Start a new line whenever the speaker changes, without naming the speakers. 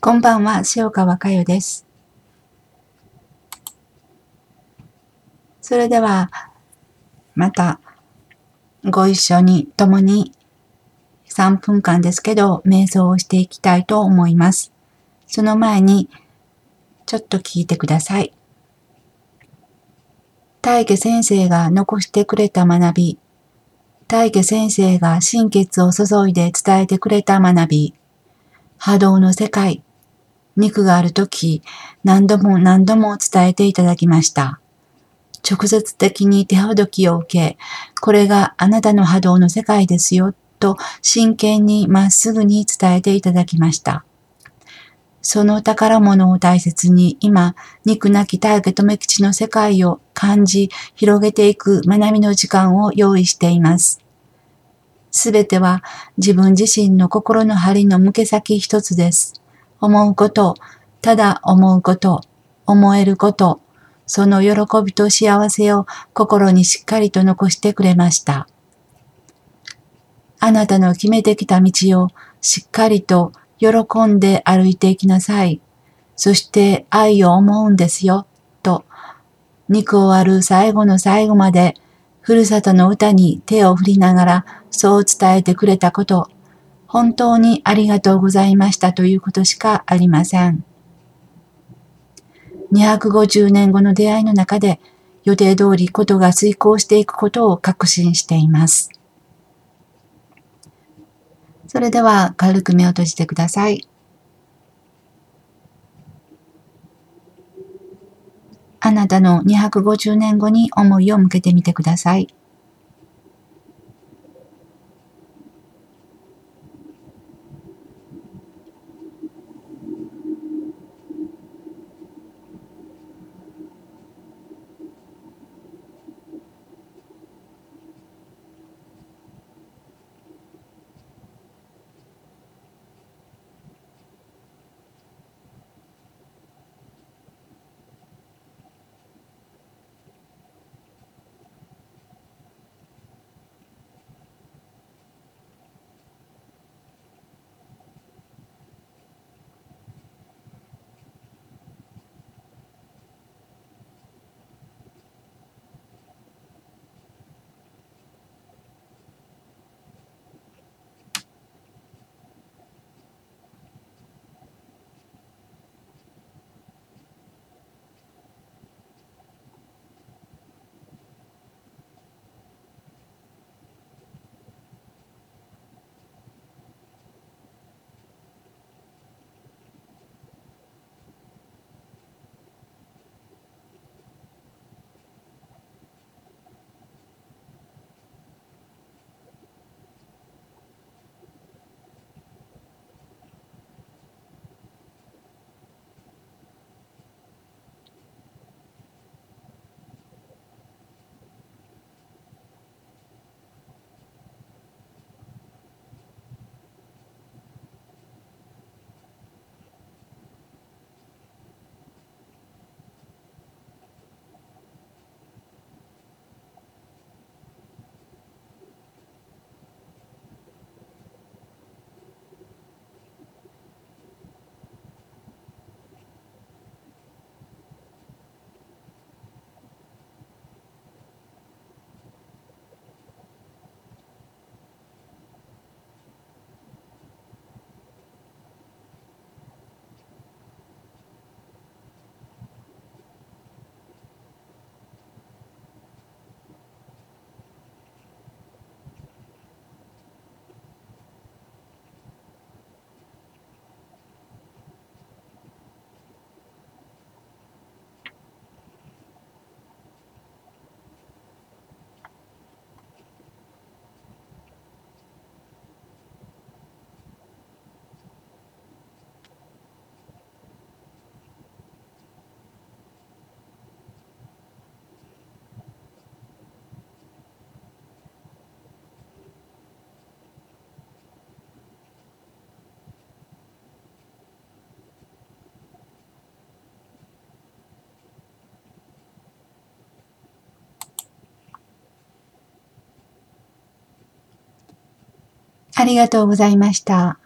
こんばんは、塩川佳代です。それでは、またご一緒に共に3分間ですけど、瞑想をしていきたいと思います。その前に、ちょっと聞いてください。大家先生が残してくれた学び、大家先生が心血を注いで伝えてくれた学び、波動の世界、肉があるとき、何度も何度も伝えていただきました。直接的に手ほどきを受け、これがあなたの波動の世界ですよ、と真剣にまっすぐに伝えていただきました。その宝物を大切に今、肉なき大家留吉の世界を感じ、広げていく学びの時間を用意しています。すべては自分自身の心の針の向け先一つです。思うこと、ただ思うこと、思えること、その喜びと幸せを心にしっかりと残してくれました。あなたの決めてきた道をしっかりと喜んで歩いていきなさい。そして愛を思うんですよ、と肉を割る最後の最後までふるさとの歌に手を振りながらそう伝えてくれたこと、本当にありがとうございましたということしかありません。250年後の出会いの中で予定通りことが遂行していくことを確信しています。それでは軽く目を閉じてください。あなたの250年後に思いを向けてみてください。ありがとうございました。